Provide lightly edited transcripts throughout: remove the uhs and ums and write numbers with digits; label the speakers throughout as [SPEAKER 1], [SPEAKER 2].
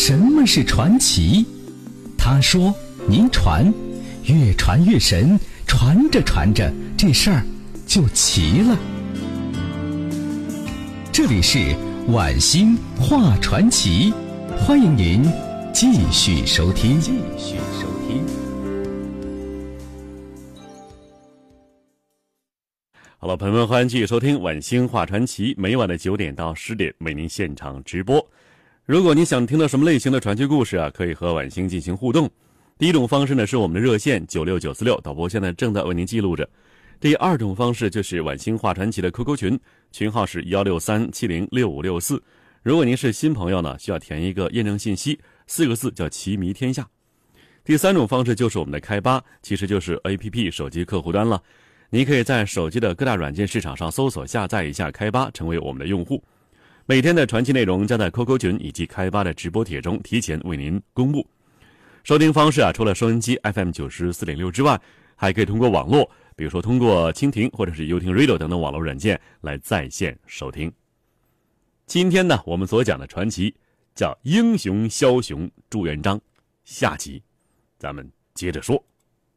[SPEAKER 1] 什么是传奇？他说您传，越传越神，传着传着这事儿就齐了。这里是晚星话传奇，欢迎您继续收听。
[SPEAKER 2] 好了，朋友们，欢迎继续收听晚星话传奇，每晚的9点到10点为您现场直播。如果你想听到什么类型的传奇故事啊，可以和晚星进行互动。第一种方式呢是我们的热线96946，导播现在正在为您记录着。第二种方式就是晚星话传奇的 QQ 群，群号是163706564。如果您是新朋友呢，需要填一个验证信息，4个字叫奇迷天下。第三种方式就是我们的开吧，其实就是 APP 手机客户端了。你可以在手机的各大软件市场上搜索下载一下开吧，成为我们的用户。每天的传奇内容将在 QQ 群以及开吧的直播帖中提前为您公布。收听方式啊，除了收音机 FM94.6 之外，还可以通过网络，比如说通过蜻蜓或者是优听 Radio 等等网络软件来在线收听。今天呢，我们所讲的传奇叫英雄枭雄朱元璋，下集咱们接着说。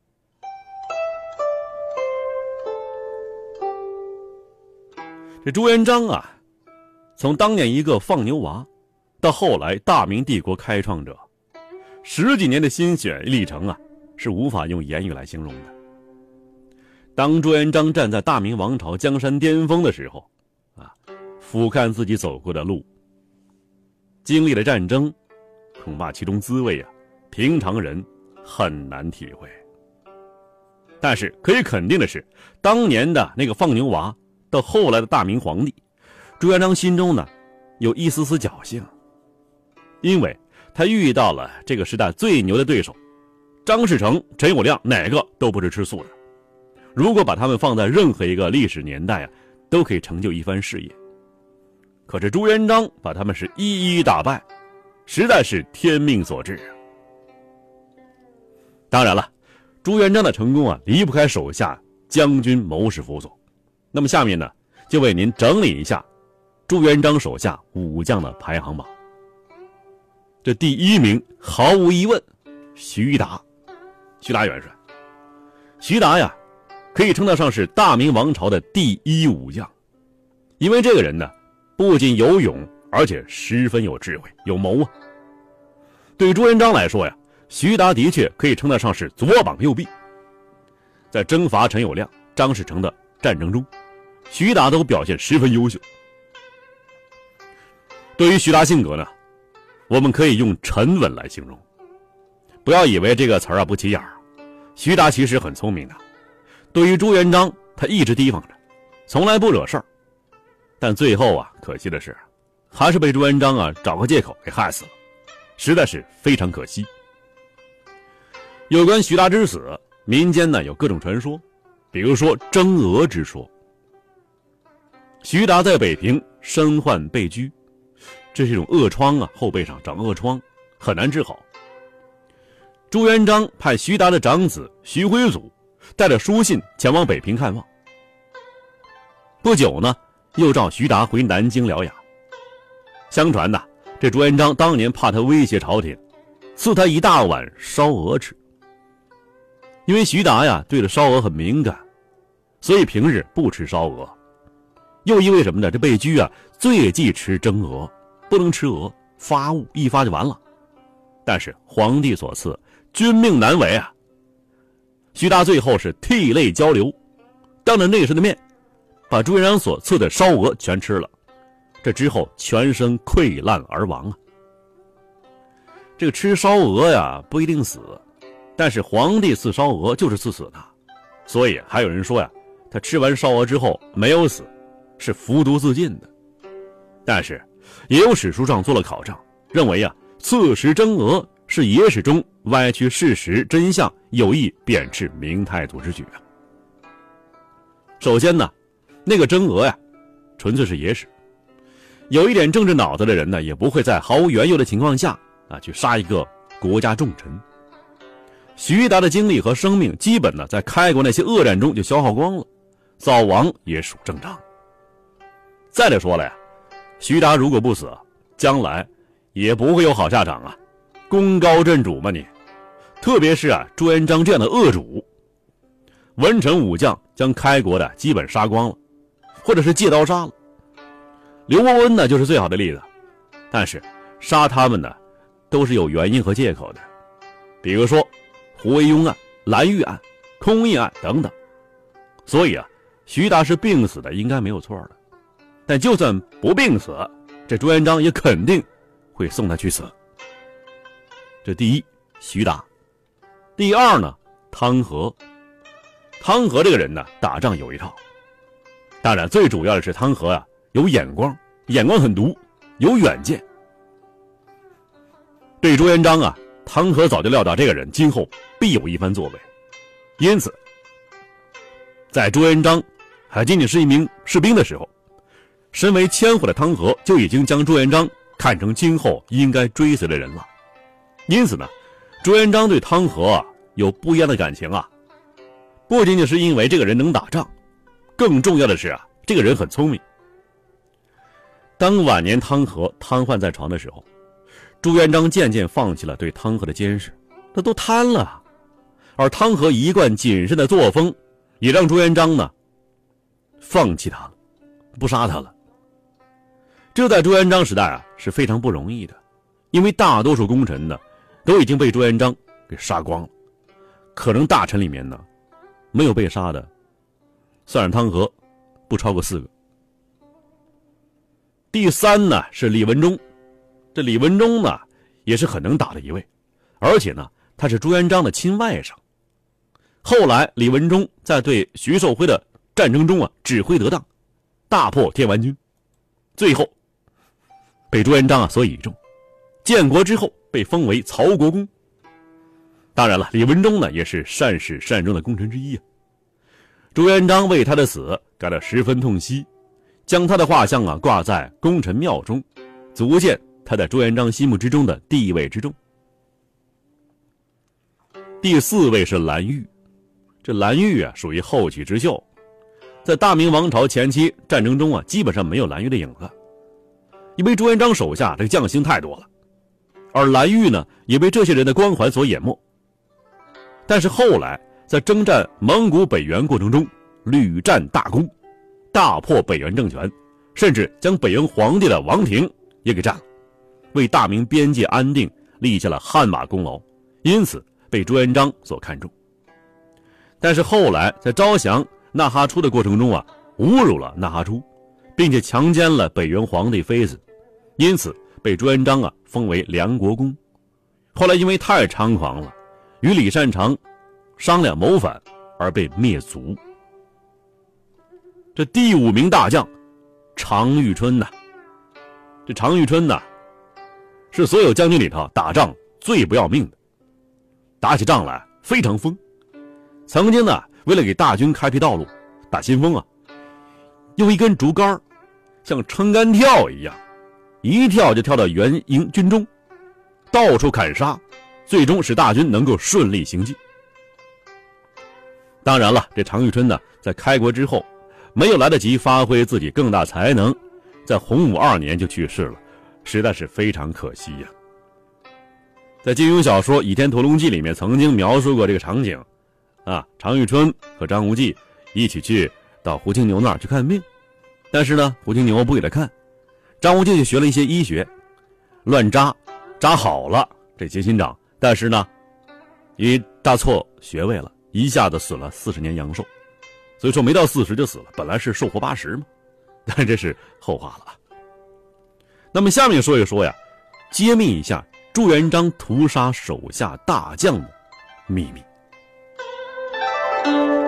[SPEAKER 2] 这朱元璋啊，从当年一个放牛娃，到后来大明帝国开创者，10几年的心血历程啊，是无法用言语来形容的。当朱元璋站在大明王朝江山巅峰的时候啊，俯瞰自己走过的路，经历了战争，恐怕其中滋味啊，平常人很难体会。但是可以肯定的是，当年的那个放牛娃到后来的大明皇帝，朱元璋心中呢有一丝丝侥幸，因为他遇到了这个时代最牛的对手，张士诚、陈友谅哪个都不是吃素的，如果把他们放在任何一个历史年代啊，都可以成就一番事业。可是朱元璋把他们是一一打败，实在是天命所致。当然了，朱元璋的成功啊，离不开手下将军谋士辅佐。那么下面呢，就为您整理一下朱元璋手下武将的排行榜。这第1名毫无疑问，徐达元帅。徐达呀，可以称得上是大明王朝的第1武将，因为这个人呢，不仅有勇，而且十分有智慧，有谋啊。对朱元璋来说呀，徐达的确可以称得上是左膀右臂。在征伐陈友谅、张士诚的战争中，徐达都表现十分优秀。对于徐达性格呢，我们可以用沉稳来形容。不要以为这个词儿啊不起眼儿，徐达其实很聪明的。对于朱元璋，他一直提防着，从来不惹事儿。但最后啊，可惜的是，还是被朱元璋啊找个借口给害死了，实在是非常可惜。有关徐达之死，民间呢有各种传说，比如说征俄之说。徐达在北平身患背疽，这是一种恶疮啊，后背上长恶疮，很难治好。朱元璋派徐达的长子徐辉祖带着书信前往北平看望。不久呢，又召徐达回南京疗养。相传呢，这朱元璋当年怕他威胁朝廷，赐他一大碗烧鹅吃。因为徐达呀对了烧鹅很敏感，所以平日不吃烧鹅。又因为什么呢？这背疽啊，最忌吃蒸鹅，不能吃鹅，发物一发就完了。但是皇帝所赐，君命难违啊。徐达最后是涕泪交流，当着内侍的面，把朱元璋所赐的烧鹅全吃了。这之后全身溃烂而亡啊。这个吃烧鹅呀不一定死，但是皇帝赐烧鹅就是赐死他，所以还有人说呀，他吃完烧鹅之后没有死，是服毒自尽的。但是也有史书上做了考证，认为啊，刺食蒸鹅是野史中歪曲事实真相，有意贬斥明太祖之举啊。首先呢，那个蒸鹅呀，纯粹是野史，有一点政治脑子的人呢，也不会在毫无缘由的情况下啊去杀一个国家重臣。徐达的精力和生命基本呢在开国那些恶战中就消耗光了，早亡也属正常。再者说了呀，徐达如果不死，将来也不会有好下场啊。 功高震主嘛你，特别是朱元璋这样的恶主，文臣武将将开国的基本杀光了，或者是借刀杀了。刘伯温呢就是最好的例子，但是杀他们呢都是有原因和借口的，比如说胡惟庸案、蓝玉案、空印案等等。所以徐达是病死的应该没有错的，但就算不病死，这朱元璋也肯定会送他去死。这第一，徐达。第二呢，汤和。汤和这个人呢，打仗有一套。当然最主要的是汤和有眼光，眼光很毒，有远见。对朱元璋汤和早就料到这个人今后必有一番作为，因此在朱元璋还仅仅是一名士兵的时候，身为千户的汤和就已经将朱元璋看成今后应该追随的人了。因此呢，朱元璋对汤和有不一样的感情不仅仅是因为这个人能打仗，更重要的是这个人很聪明。当晚年汤和瘫痪在床的时候，朱元璋渐渐放弃了对汤和的监视，他都瘫了。而汤和一贯谨慎的作风也让朱元璋呢放弃他了，不杀他了。这在朱元璋时代是非常不容易的，因为大多数功臣呢都已经被朱元璋给杀光了，可能大臣里面呢没有被杀的，算上汤和不超过4个。第三呢是李文忠。这李文忠呢也是很能打的一位，而且呢他是朱元璋的亲外甥。后来李文忠在对徐寿辉的战争中指挥得当，大破天完军，最后被朱元璋所倚重，建国之后被封为曹国公。当然了，李文忠呢也是善始善终的功臣之一朱元璋为他的死感到十分痛惜，将他的画像挂在功臣庙中，足见他在朱元璋心目之中的地位之重。第4位是蓝玉。这蓝玉属于后起之秀，在大明王朝前期战争中基本上没有蓝玉的影子，因为朱元璋手下这个将星太多了，而蓝玉呢也被这些人的光环所淹没。但是后来在征战蒙古北元过程中屡战大功，大破北元政权，甚至将北元皇帝的王庭也给占了，为大明边界安定立下了汗马功劳，因此被朱元璋所看重。但是后来在招降纳哈出的过程中侮辱了纳哈出，并且强奸了北元皇帝妃子，因此被朱元璋封为梁国公。后来因为太猖狂了，与李善长商量谋反而被灭族。这第5名大将常遇春这常遇春是所有将军里头打仗最不要命的，打起仗来非常疯。曾经为了给大军开辟道路打新风用一根竹竿像撑杆跳一样，一跳就跳到援营军中，到处砍杀，最终使大军能够顺利行进。当然了，这常遇春在开国之后没有来得及发挥自己更大才能，在洪武2年就去世了，实在是非常可惜在金庸小说《倚天屠龙记》里面曾经描述过这个场景常遇春和张无忌一起去到胡青牛那儿去看病，但是呢胡青牛不给他看，张无忌就学了一些医学，乱扎好了这结心掌，但是呢一扎错穴位了，一下子死了40年阳寿，所以说没到40就死了，本来是寿活80嘛，但这是后话了那么下面说一说揭秘一下朱元璋屠杀手下大将的秘密。